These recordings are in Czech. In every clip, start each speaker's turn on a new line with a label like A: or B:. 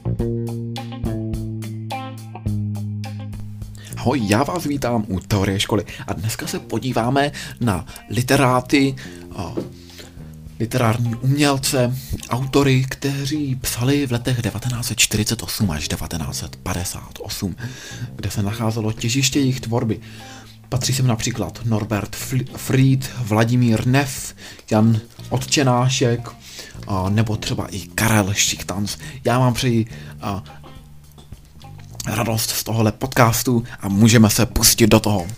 A: Ahoj, já vás vítám u Teorie školy a dneska se podíváme na literáty, literární umělce, autory, kteří psali v letech 1948 až 1958, kde se nacházelo těžiště jejich tvorby. Patří sem například Norbert Fried, Vladimír Neff, Jan Odčenášek, nebo třeba i Karel Šichtanc. Já vám přeji radost z tohohle podcastu a můžeme se pustit do toho.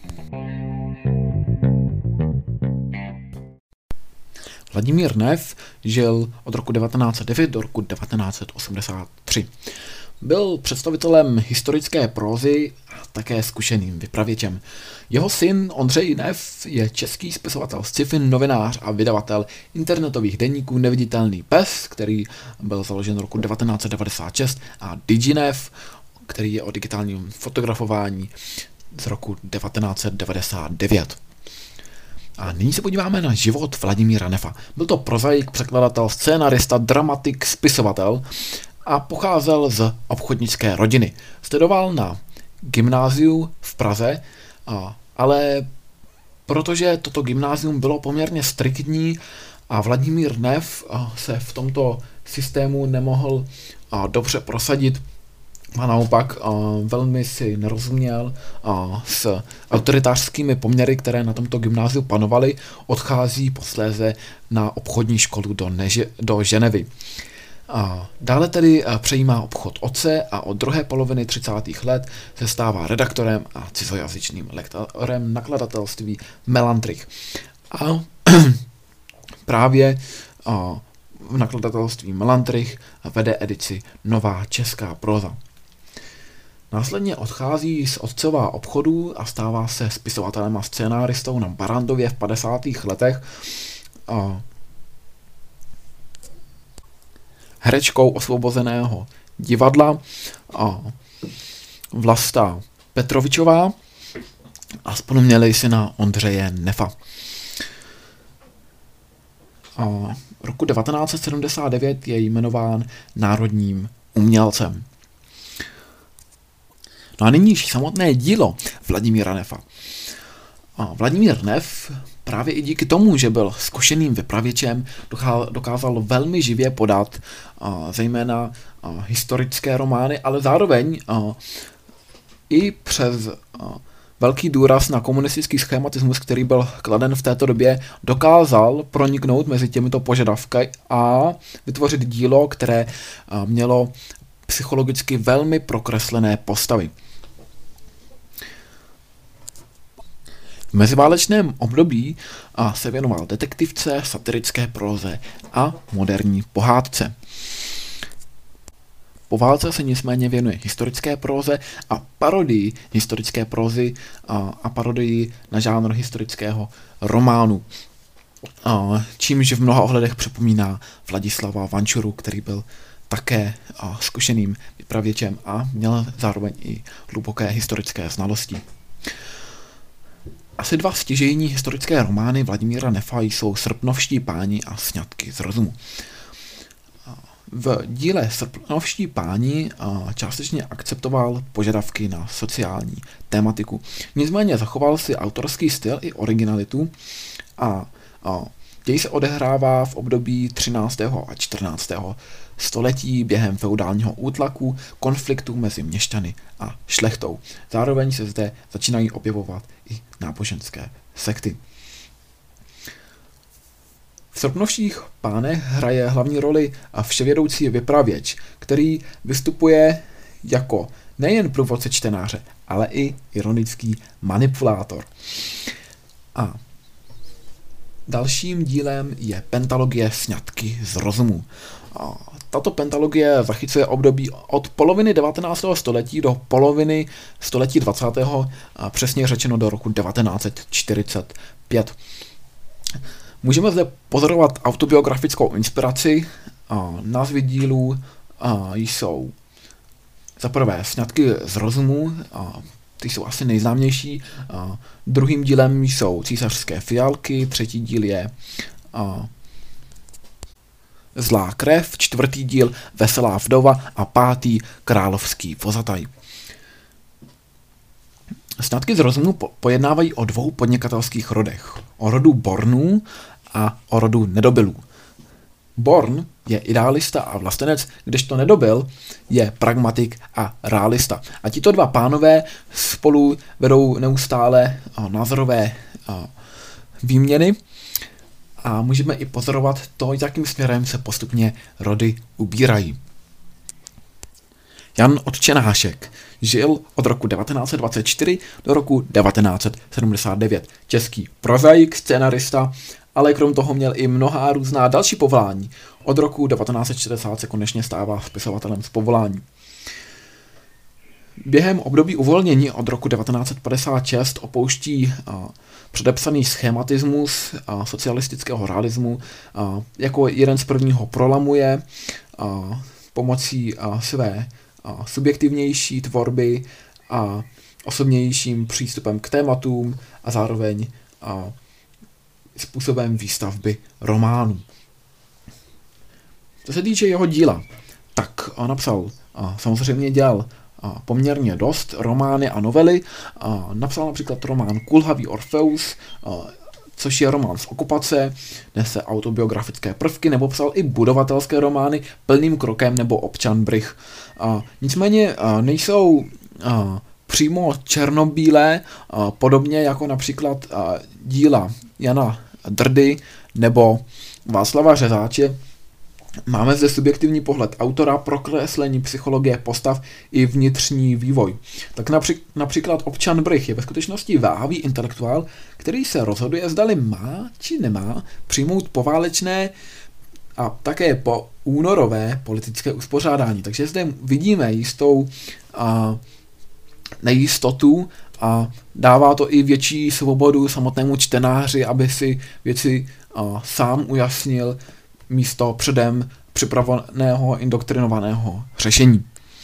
A: Vladimír Neff žil od roku 1909 do roku 1983. Byl představitelem historické prózy a také zkušeným vypravěčem. Jeho syn Ondřej Neff je český spisovatel, sci-fi novinář a vydavatel internetových deníků Neviditelný pes, který byl založen roku 1996, a DigiNeff, který je o digitálním fotografování z roku 1999. A nyní se podíváme na život Vladimíra Neffa. Byl to prozaik, překladatel, scénarista, dramatik, spisovatel a pocházel z obchodnické rodiny. Studoval na gymnáziu v Praze, ale protože toto gymnázium bylo poměrně striktní a Vladimír Neff se v tomto systému nemohl dobře prosadit, a naopak velmi si nerozuměl s autoritářskými poměry, které na tomto gymnáziu panovaly, odchází posléze na obchodní školu do Ženevy. Dále tedy přejímá obchod otce a od druhé poloviny 30. let se stává redaktorem a cizojazyčným lektorem nakladatelství Melantrich. A právě v nakladatelství Melantrich vede edici Nová česká próza. Následně odchází z otcova obchodu a stává se spisovatelem a scénáristou na Barrandově v 50. letech. Herečkou Osvobozeného divadla Vlasta Petrovičová a spolu měli syna Ondřeje Neffa. Roku 1979 je jmenován národním umělcem. No a nyní samotné dílo Vladimíra Neffa. Vladimír Neff právě i díky tomu, že byl zkušeným vypravěčem, dokázal velmi živě podat zejména historické romány, ale zároveň i přes velký důraz na komunistický schematismus, který byl kladen v této době, dokázal proniknout mezi těmito požadavky a vytvořit dílo, které mělo psychologicky velmi prokreslené postavy. V meziválečném období se věnoval detektivce, satirické próze a moderní pohádce. Po válce se nicméně věnuje historické próze a parodii historické prózy a parodii na žánr historického románu. Čímž v mnoha ohledech připomíná Vladislava Vančuru, který byl také zkušeným vypravěčem a měl zároveň i hluboké historické znalosti. Asi dva stěžejní historické romány Vladimíra Neffa jsou Srpnovští páni a Sňatky z rozumu. V díle Srpnovští páni částečně akceptoval požadavky na sociální tématiku. Nicméně zachoval si autorský styl i originalitu a děj se odehrává v období 13. a 14. století během feudálního útlaku, konfliktů mezi měšťany a šlechtou. Zároveň se zde začínají objevovat i náboženské sekty. V Srpnovštích pánech hraje hlavní roli vševědoucí vypravěč, který vystupuje jako nejen průvodce čtenáře, ale i ironický manipulátor. A dalším dílem je pentalogie Sňatky z rozumu. Tato pentalogie zachycuje období od poloviny 19. století do poloviny století 20. přesně řečeno do roku 1945. Můžeme zde pozorovat autobiografickou inspiraci. Názvy dílů jsou za prvé Sňatky z rozumu, ty jsou asi nejznámější. Druhým dílem jsou Císařské fialky, třetí díl je Zlá krev, 4. díl Veselá vdova a 5. Královský vozataj. Sňatky z rozumu pojednávají o 2 podnikatelských rodech. O rodu Bornů a o rodu Nedobylů. Born je idealista a vlastenec, kdežto Nedobyl je pragmatik a realista. A tito 2 pánové spolu vedou neustále názorové výměny a můžeme i pozorovat to, jakým směrem se postupně rody ubírají. Jan Odčenášek žil od roku 1924 do roku 1979. Český prozaik, scenarista, ale krom toho měl i mnohá různá další povolání. Od roku 1960 se konečně stává spisovatelem z povolání. Během období uvolnění od roku 1956 opouští předepsaný schématismus socialistického realismu, jako jeden z prvního prolamuje pomocí své subjektivnější tvorby a osobnějším přístupem k tématům a zároveň způsobem výstavby románů. Co se týče jeho díla, tak napsal, samozřejmě dělal poměrně dost romány a novely. Napsal například román Kulhavý Orfeus, což je román z okupace, nese autobiografické prvky, nebo psal i budovatelské romány Plným krokem nebo Občan Brych. Nicméně nejsou přímo černobílé, podobně jako například díla Jana Drdy nebo Václava Řezáče. Máme zde subjektivní pohled autora, prokreslení psychologie postav i vnitřní vývoj. Tak například Občan Brych je ve skutečnosti váhavý intelektuál, který se rozhoduje, zdali má či nemá přijmout poválečné a také po únorové politické uspořádání. Takže zde vidíme jistou nejistotu a dává to i větší svobodu samotnému čtenáři, aby si věci sám ujasnil místo předem připraveného indoktrinovaného řešení.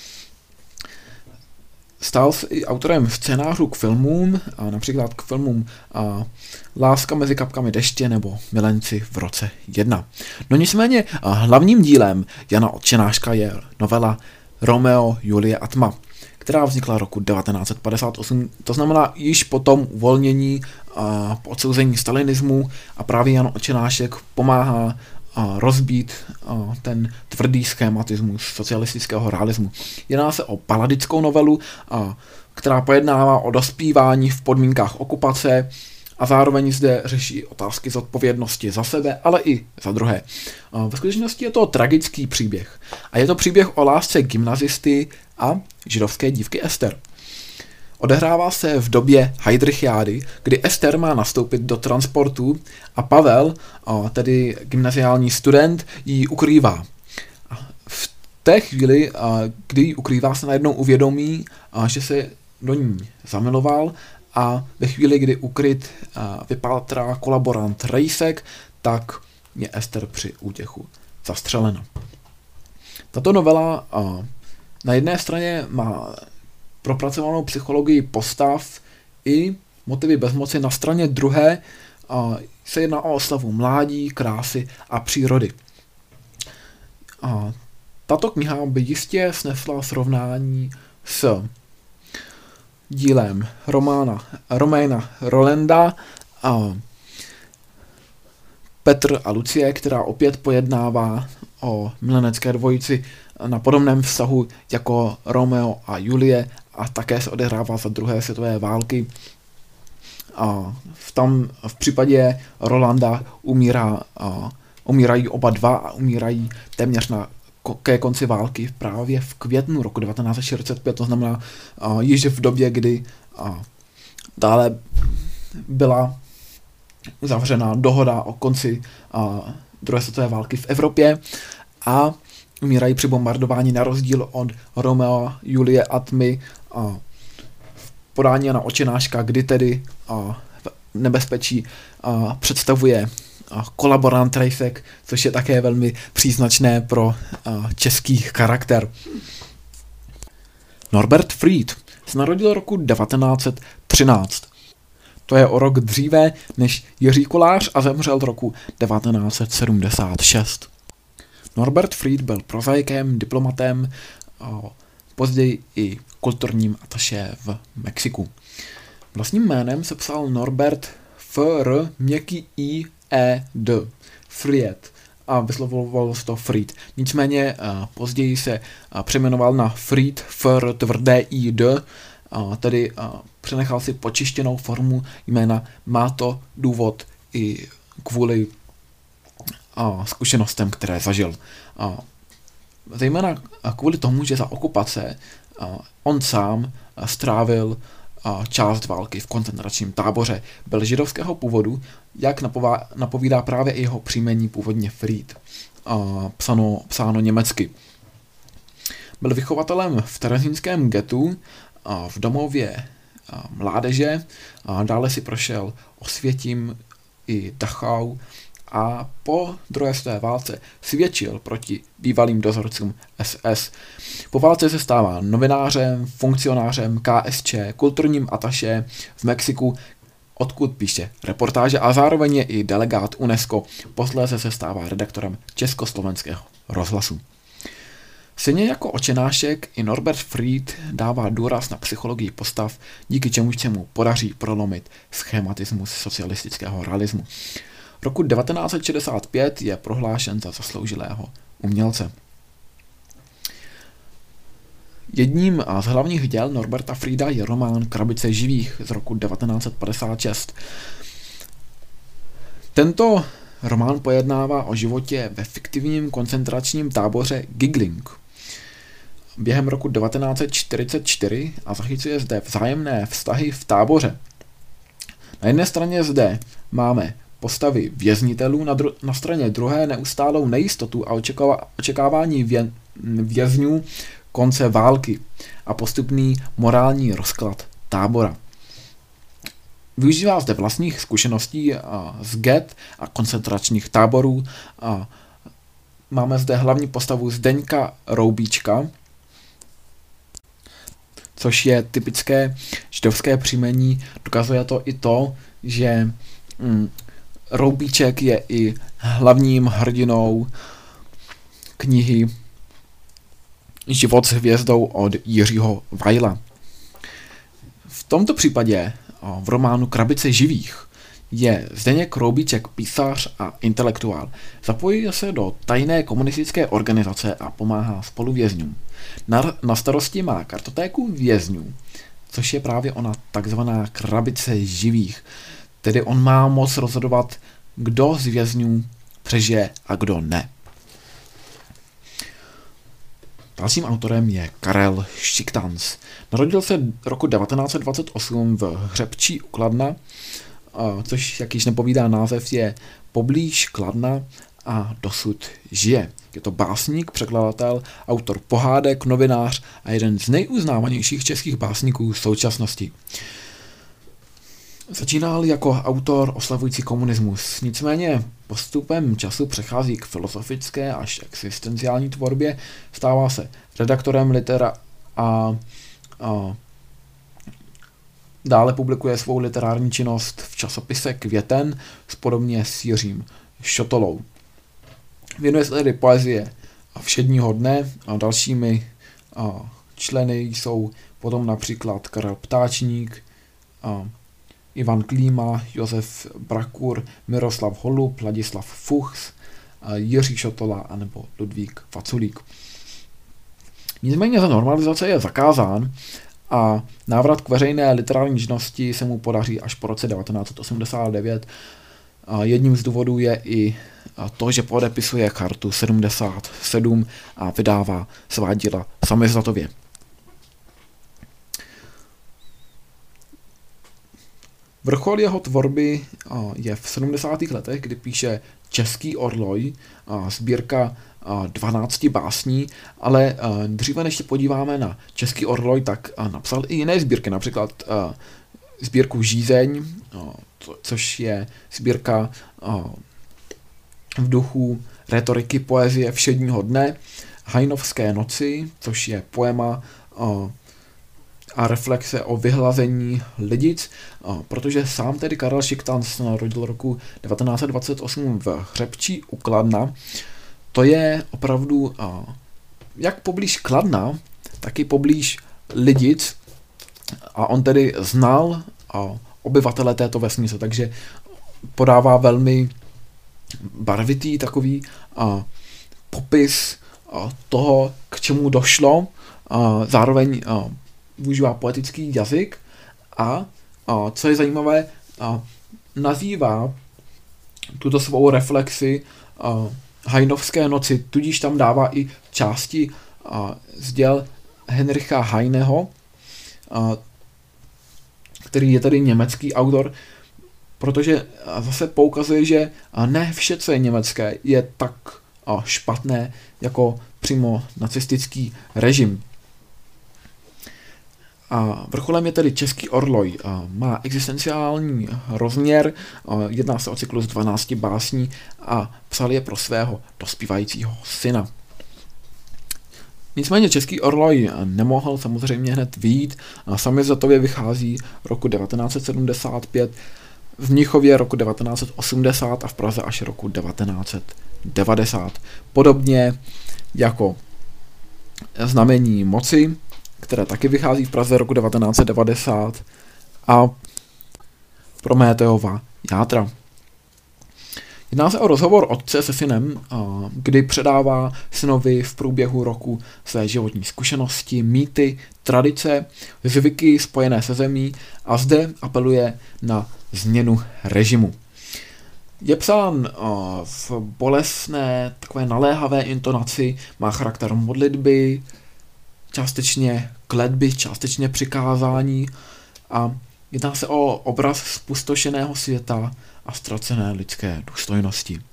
A: Stal se i autorem scénářů k filmům, například k filmům Láska mezi kapkami deště nebo Milenci v roce 1. No nicméně hlavním dílem Jana Odčenáška je novela Romeo, Julie a tma, která vznikla roku 1958, to znamená již po tom uvolnění po odsouzení stalinismu, a právě Jan Odčenášek pomáhá rozbít ten tvrdý schématismus socialistického realismu. Jedná se o baladickou novelu, která pojednává o dospívání v podmínkách okupace a zároveň zde řeší otázky zodpovědnosti za sebe, ale i za druhé. Ve skutečnosti je to tragický příběh. A je to příběh o lásce gymnazisty a židovské dívky Ester. Odehrává se v době Heydrichiády, kdy Ester má nastoupit do transportu a Pavel, tedy gymnaziální student, ji ukrývá. V té chvíli, kdy ji ukrývá, se najednou uvědomí, že se do ní zamiloval, a ve chvíli, kdy ukryt vypátrá kolaborant Rejsek, tak je Ester při útěchu zastřelena. Tato novela na jedné straně má propracovanou psychologii postav i motivy bezmoci, na straně druhé se jedná o oslavu mládí, krásy a přírody. Tato kniha by jistě snesla srovnání s dílem Romaina Rolanda Petr a Lucie, která opět pojednává o milenecké dvojici na podobném vztahu jako Romeo a Julie a také se odehrává za druhé světové války. V případě Rolanda umírají oba dva a umírají téměř ke konci války právě v květnu roku 1945, to znamená již v době, kdy dále byla uzavřena dohoda o konci druhé světové války v Evropě a umírají při bombardování na rozdíl od Romea, Julie a tmy v podání Jana Odčenáška, kdy tedy nebezpečí představuje kolaborant Rejsek, což je také velmi příznačné pro český charakter. Norbert Fried se narodil roku 1913. To je o rok dříve než Jiří Kolář a zemřel roku 1976. Norbert Fried byl prozaikem, diplomatem, později i kulturním ataše v Mexiku. Vlastním jménem se psal Norbert Fried, Fried, a vyslovoval se to Fried. Nicméně později se přejmenoval na Fried, tedy přenechal si počištěnou formu jména. Má to důvod i kvůli zkušenostem, které zažil. Zejména kvůli tomu, že za okupace on sám strávil část války v koncentračním táboře. Byl židovského původu, jak napovídá právě i jeho příjmení, původně Fried, psáno německy. Byl vychovatelem v terezínském getu, v domově mládeže, dále si prošel Osvětim i Dachau a po druhé světové válce svědčil proti bývalým dozorcům SS. Po válce se stává novinářem, funkcionářem KSČ, kulturním ataše v Mexiku, odkud píše reportáže a zároveň je i delegát UNESCO. Posléze se stává redaktorem Československého rozhlasu. Stejně jako Očenášek, i Norbert Fried dává důraz na psychologii postav, díky čemuž se mu podaří prolomit schematismus socialistického realismu. Roku 1965 je prohlášen za zasloužilého umělce. Jedním z hlavních děl Norberta Frieda je román Krabice živých z roku 1956. Tento román pojednává o životě ve fiktivním koncentračním táboře Gigling během roku 1944 a zachycuje zde vzájemné vztahy v táboře. Na jedné straně zde máme postavy věznitelů, na straně druhé neustálou nejistotu a očekávání vězňů konce války a postupný morální rozklad tábora. Využívá zde vlastních zkušeností z get a koncentračních táborů. Máme zde hlavní postavu Zdeňka Roubíčka, což je typické židovské příjmení. Dokazuje to i to, že Roubíček je i hlavním hrdinou knihy Život s hvězdou od Jiřího Weila. V tomto případě v románu Krabice živých je Zdeněk Roubíček písař a intelektuál. Zapojuje se do tajné komunistické organizace a pomáhá spoluvězňům. Na starosti má kartotéku vězňů, což je právě ona takzvaná Krabice živých. Tedy on má moc rozhodovat, kdo z vězňů přežije a kdo ne. Dalším autorem je Karel Šiktans. Narodil se roku 1928 v Hřebčí u Kladna, což, jak již nepovídá název, je poblíž Kladna a dosud žije. Je to básník, překladatel, autor pohádek, novinář a jeden z nejuznávanějších českých básníků současnosti. Začínal jako autor oslavující komunismus, nicméně postupem času přechází k filozofické až existenciální tvorbě, stává se redaktorem a dále publikuje svou literární činnost v časopise Květen podobně s Jiřím Šotolou. Věnuje se tedy poezie Všedního dne a dalšími členy jsou potom například Karel Ptáčník, Ivan Klíma, Josef Brakur, Miroslav Holub, Ladislav Fuchs, Jiří Šotola anebo Ludvík Vaculík. Nicméně za normalizace je zakázán a návrat k veřejné literární činnosti se mu podaří až po roce 1989. Jedním z důvodů je i to, že podepisuje Chartu 77 a vydává svá díla samizdatově. Vrchol jeho tvorby je v 70. letech, kdy píše Český orloj, sbírka 12 básní, ale dříve než se podíváme na Český orloj, tak napsal i jiné sbírky, například sbírku Žízeň, což je sbírka v duchu retoriky poezie Všedního dne, Hajnovské noci, což je poema a reflexe o vyhlazení lidic, protože sám tedy Karel Šiktans se narodil roku 1928 v Hřebčí u Kladna, to je opravdu jak poblíž Kladna, tak i poblíž Lidic, a on tedy znal obyvatele této vesnice, takže podává velmi barvitý takový popis toho, k čemu došlo, zároveň využívá poetický jazyk a co je zajímavé, nazývá tuto svou reflexi Hainovské noci, tudíž tam dává i části z děl Heinricha Heineho, který je tedy německý autor, protože zase poukazuje, že ne vše, co je německé, je tak špatné jako přímo nacistický režim. A vrcholem je tedy Český orloj. Má existenciální rozměr, jedná se o cyklus 12 básní a psal je pro svého dospívajícího syna. Nicméně Český orloj nemohl samozřejmě hned vyjít. Samizatově vychází roku 1975, v Mnichově roku 1980 a v Praze až roku 1990. Podobně jako Znamení moci, které taky vychází v Praze roku 1990, a Prométeova játra. Jedná se o rozhovor otce se synem, kdy předává synovi v průběhu roku své životní zkušenosti, mýty, tradice, zvyky spojené se zemí a zde apeluje na změnu režimu. Je psán v bolestné, takové naléhavé intonaci, má charakter modlitby, částečně kletby, částečně přikázání a jedná se o obraz zpustošeného světa a ztracené lidské důstojnosti.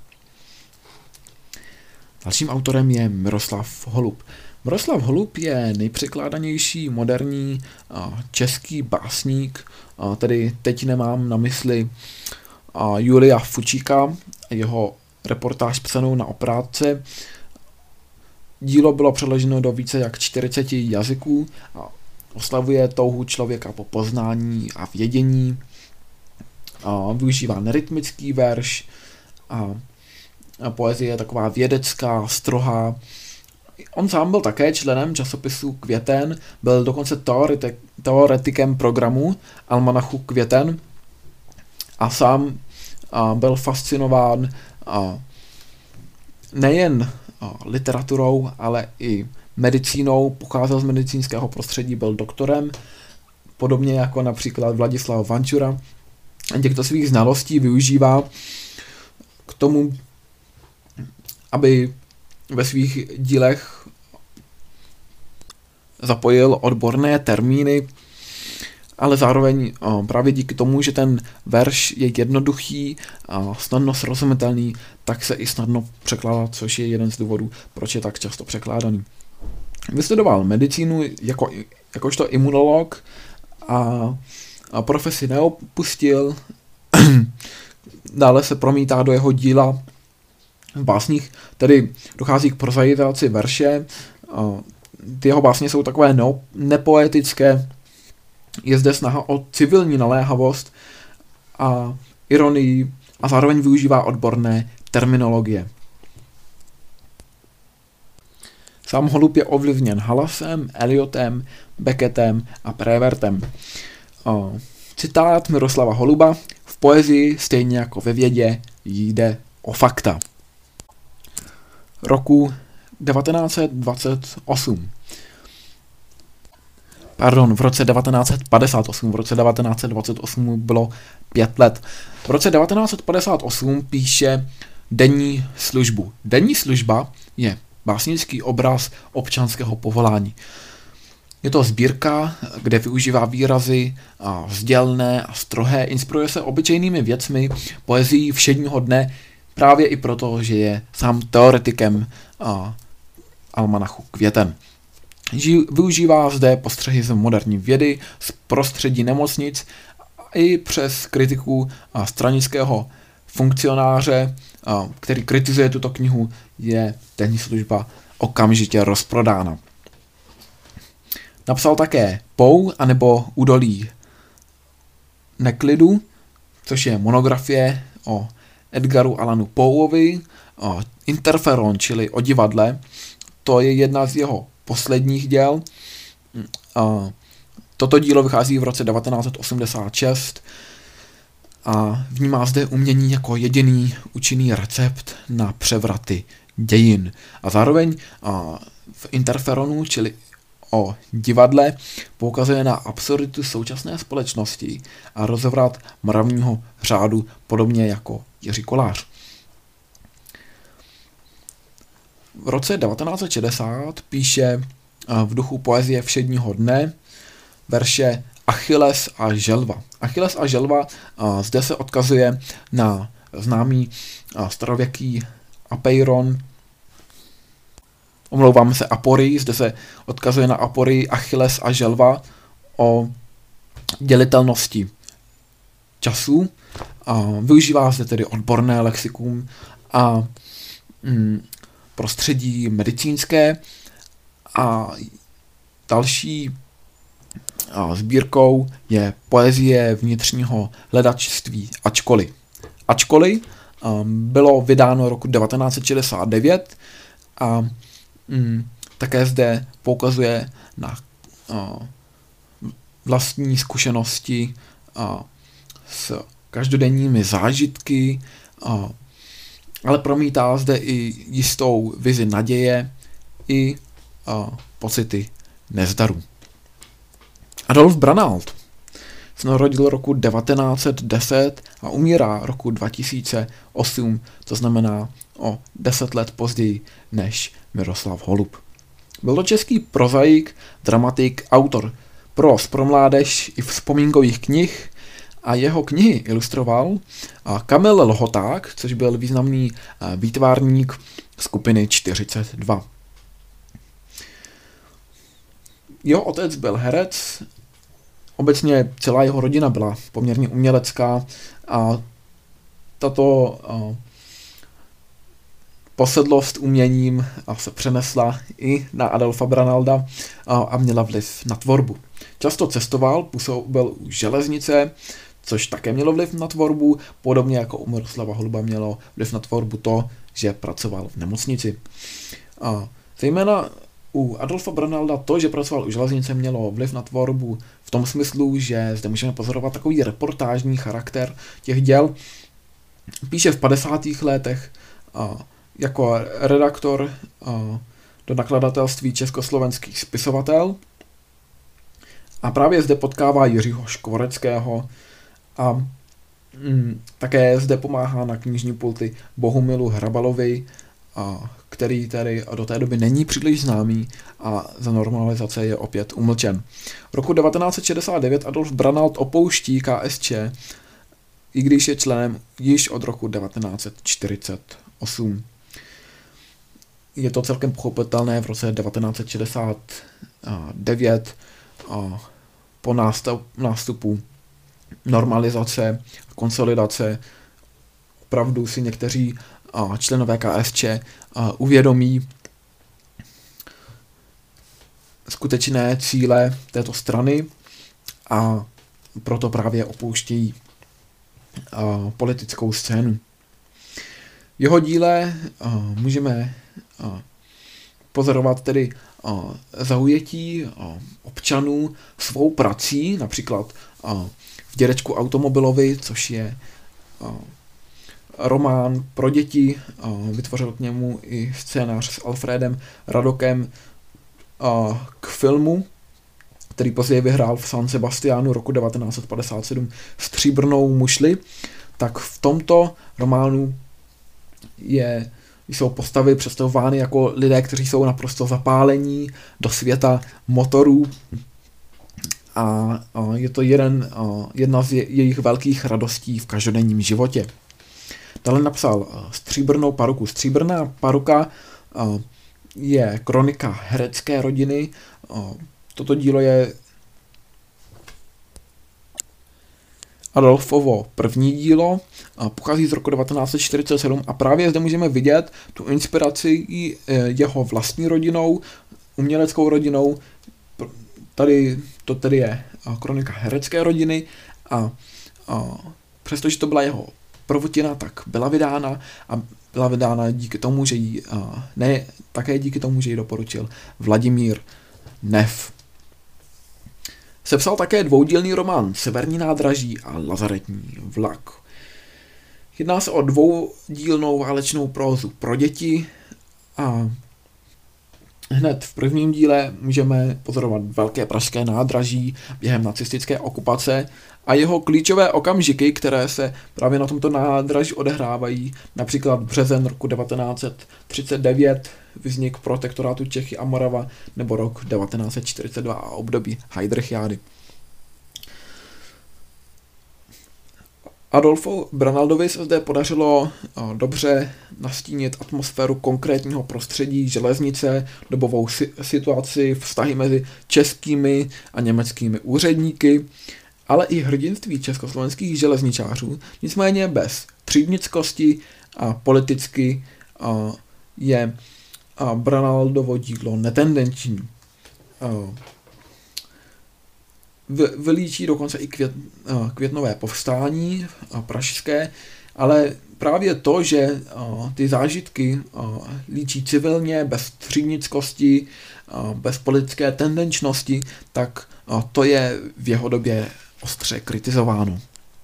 A: Dalším autorem je Miroslav Holub. Miroslav Holub je nejpřekládanější moderní český básník, tedy teď nemám na mysli Julia Fučíka, jeho reportáž psanou na oprátce. Dílo bylo přeloženo do více jak 40 jazyků a oslavuje touhu člověka po poznání a vědění. Využívá nerytmický verš a poezie je taková vědecká, strohá. On sám byl také členem časopisu Květen, byl dokonce teoretikem programu Almanachu Květen a sám byl fascinován nejen literaturou, ale i medicínou, pocházel z medicínského prostředí, byl doktorem, podobně jako například Vladislav Vančura. Těchto svých znalostí využívá k tomu, aby ve svých dílech zapojil odborné termíny, ale zároveň právě díky tomu, že ten verš je jednoduchý a snadno srozumitelný, tak se i snadno překládá, což je jeden z důvodů, proč je tak často překládaný. Vystudoval medicínu jakožto imunolog a profesi neopustil. Dále se promítá do jeho díla v básních, tedy dochází k prozaizaci verše. Ty jeho básně jsou takové nepoetické. Je zde snaha o civilní naléhavost a ironii a zároveň využívá odborné terminologie. Sám Holub je ovlivněn Halasem, Eliotem, Beckettem a Prévertem. Citát Miroslava Holuba: v poezii, stejně jako ve vědě, jde o fakta. Roku 1928. Pardon, v roce 1958, v roce 1928 bylo 5 let. V roce 1958 píše Denní službu. Denní služba je básnický obraz občanského povolání. Je to sbírka, kde využívá výrazy vzdělné a strohé, inspiruje se obyčejnými věcmi, poezií všedního dne, právě i proto, že je sám teoretikem Almanachu Květen. Využívá zde postřehy z moderní vědy, z prostředí nemocnic i přes kritiku stranického funkcionáře, který kritizuje tuto knihu, je Denní služba okamžitě rozprodána. Napsal také Pou anebo Údolí neklidu, což je monografie o Edgaru Allanu Poeovi, Interferon, čili o divadle. To je jedna z jeho posledních děl. Toto dílo vychází v roce 1986 a vnímá zde umění jako jediný účinný recept na převraty dějin. A zároveň v Interferonu, čili o divadle, poukazuje na absurditu současné společnosti a rozvrat mravního řádu, podobně jako Jiří Kolář. V roce 1960 píše v duchu poezie Všedního dne verše Achilles a želva. Achilles a želva, zde se odkazuje na známý starověký apeiron, omlouvám se, aporii, zde se odkazuje na aporii Achilles a želva o dělitelnosti času. Využívá zde tedy odborné lexikum a prostředí medicínské a další sbírkou je poezie vnitřního hledačství Ačkoli. Ačkoli bylo vydáno roku 1969 a také zde poukazuje na vlastní zkušenosti s každodenními zážitky, ale promítá zde i jistou vizi naděje i pocity nezdaru. Adolf Branald se narodil roku 1910 a umírá roku 2008, to znamená o 10 let později než Miroslav Holub. Byl to český prozaik, dramatik, autor próz pro mládež i vzpomínkových knih a jeho knihy ilustroval Kamil Lhoták, což byl významný výtvarník skupiny 42. Jeho otec byl herec, obecně celá jeho rodina byla poměrně umělecká a tato posedlost uměním se přenesla i na Adolfa Branalda a měla vliv na tvorbu. Často cestoval, působil u železnice, což také mělo vliv na tvorbu, podobně jako u Miroslava Holuba mělo vliv na tvorbu to, že pracoval v nemocnici. Zejména u Adolfa Branalda to, že pracoval u železnice, mělo vliv na tvorbu v tom smyslu, že zde můžeme pozorovat takový reportážní charakter těch děl. Píše v 50. letech jako redaktor do nakladatelství Československých spisovatel a právě zde potkává Jiřího Škvoreckého a také zde pomáhá na knižní pulty Bohumilu Hrabalovi, který tedy do té doby není příliš známý a za normalizace je opět umlčen. V roku 1969 Adolf Branald opouští KSČ, i když je členem již od roku 1948. Je to celkem pochopitelné v roce 1969 po nástupu normalizace, konsolidace. Opravdu si někteří členové KSČ uvědomí skutečné cíle této strany a proto právě opouštějí politickou scénu. V jeho díle můžeme pozorovat tedy zaujetí občanů svou prací, například v Dědečku automobilovi, což je román pro děti, vytvořil k němu i scénář s Alfredem Radokem k filmu, který později vyhrál v San Sebastianu roku 1957 Stříbrnou mušli, tak v tomto románu jsou postavy představovány jako lidé, kteří jsou naprosto zapálení do světa motorů a je to jedna z jejich velkých radostí v každodenním životě. Dále napsal Stříbrnou paruku. Stříbrná paruka je kronika herecké rodiny. Toto dílo je Adolfovo první dílo, pochází z roku 1947 a právě zde můžeme vidět tu inspiraci jeho vlastní rodinou, uměleckou rodinou. Tady to tedy je kronika herecké rodiny a přestože to byla jeho prvotina tak byla vydána a byla vydána díky tomu, že ji, také díky tomu, že ji doporučil Vladimír Neff. Sepsal také dvoudílný román Severní nádraží a Lazaretní vlak. Jedná se o dvoudílnou válečnou prózu pro děti a hned v prvním díle můžeme pozorovat velké pražské nádraží během nacistické okupace a jeho klíčové okamžiky, které se právě na tomto nádraží odehrávají, například březen roku 1939, vznik protektorátu Čechy a Morava, nebo rok 1942 a období Heydrichiády. Adolfu Branaldovi se zde podařilo dobře nastínit atmosféru konkrétního prostředí železnice, dobovou situaci, vztahy mezi českými a německými úředníky, ale i hrdinství československých železničářů. Nicméně bez třídnickosti a politicky je Branaldovo dílo netendenční. Vylíčí dokonce i květnové povstání pražské, ale právě to, že ty zážitky líčí civilně, bez třídnickosti, bez politické tendenčnosti, tak to je v jeho době ostře kritizováno.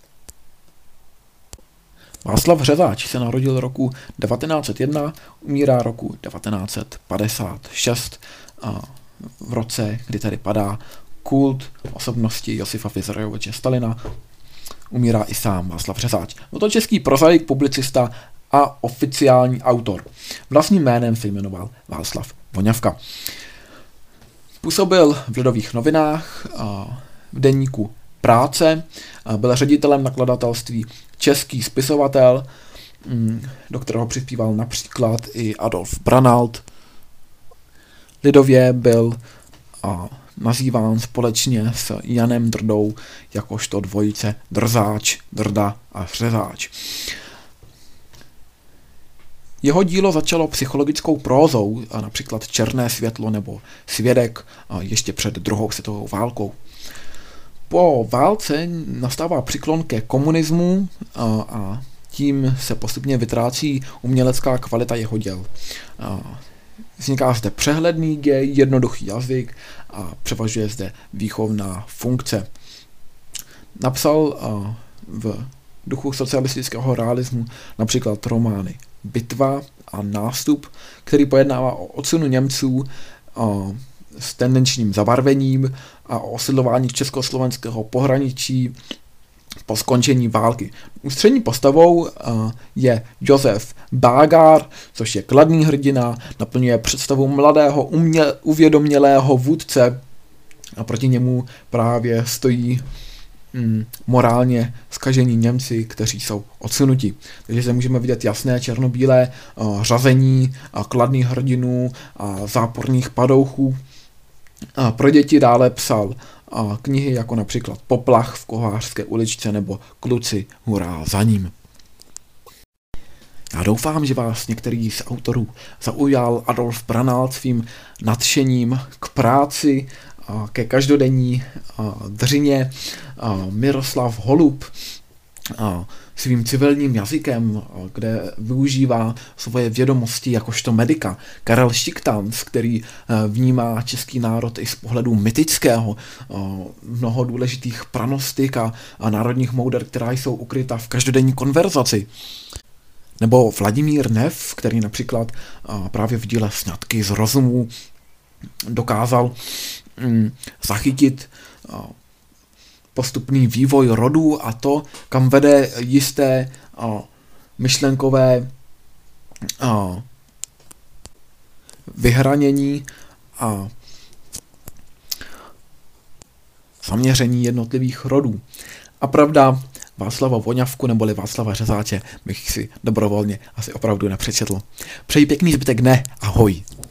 A: Václav Řezáč se narodil roku 1901, umírá roku 1956, v roce, kdy tady padá kult osobnosti Josifa Vissarionoviče Stalina, umírá i sám Václav Řezáč. Byl to český prozaik, publicista a oficiální autor. Vlastním jménem se jmenoval Václav Voňavka. Působil v Lidových novinách, v deníku Práce, byl ředitelem nakladatelství Český spisovatel, do kterého přispíval například i Adolf Branald. Lidově byl nazýván společně s Janem Drdou jakožto dvojice Drzáč, Drda a Řezáč. Jeho dílo začalo psychologickou prózou, například Černé světlo nebo Svědek, ještě před druhou světovou válkou. Po válce nastává příklon ke komunismu a tím se postupně vytrácí umělecká kvalita jeho děl. Vzniká zde přehledný děj, jednoduchý jazyk a převažuje zde výchovná funkce. Napsal v duchu socialistického realismu například romány Bitva a Nástup, který pojednává o odsunu Němců s tendenčním zabarvením a o osidlování československého pohraničí po skončení války. Ústřední postavou je Josef Bágár, což je kladný hrdina, naplňuje představu mladého, uvědomělého vůdce a proti němu právě stojí morálně zkažení Němci, kteří jsou odsunuti. Takže zde můžeme vidět jasné černobílé řazení kladných hrdinů a záporných padouchů. Pro děti dále psal knihy jako například Poplach v Kovářské uličce nebo Kluci, hurá za ním. Já doufám, že vás některý z autorů zaujal Adolf Branald svým nadšením k práci, ke každodenní dřině, Miroslav Holub svým civilním jazykem, kde využívá svoje vědomosti jakožto medika. Karel Šiktans, který vnímá český národ i z pohledu mytického, mnoho důležitých pranostik a národních mouder, která jsou ukryta v každodenní konverzaci. Nebo Vladimír Neff, který například právě v díle Sňatky z rozumu dokázal zachytit postupný vývoj rodů a to, kam vede jisté myšlenkové vyhranění a zaměření jednotlivých rodů. A pravda, Václava Voňavku neboli Václava Řezáče bych si dobrovolně asi opravdu nepřečetl. Přeji pěkný zbytek dne, ahoj.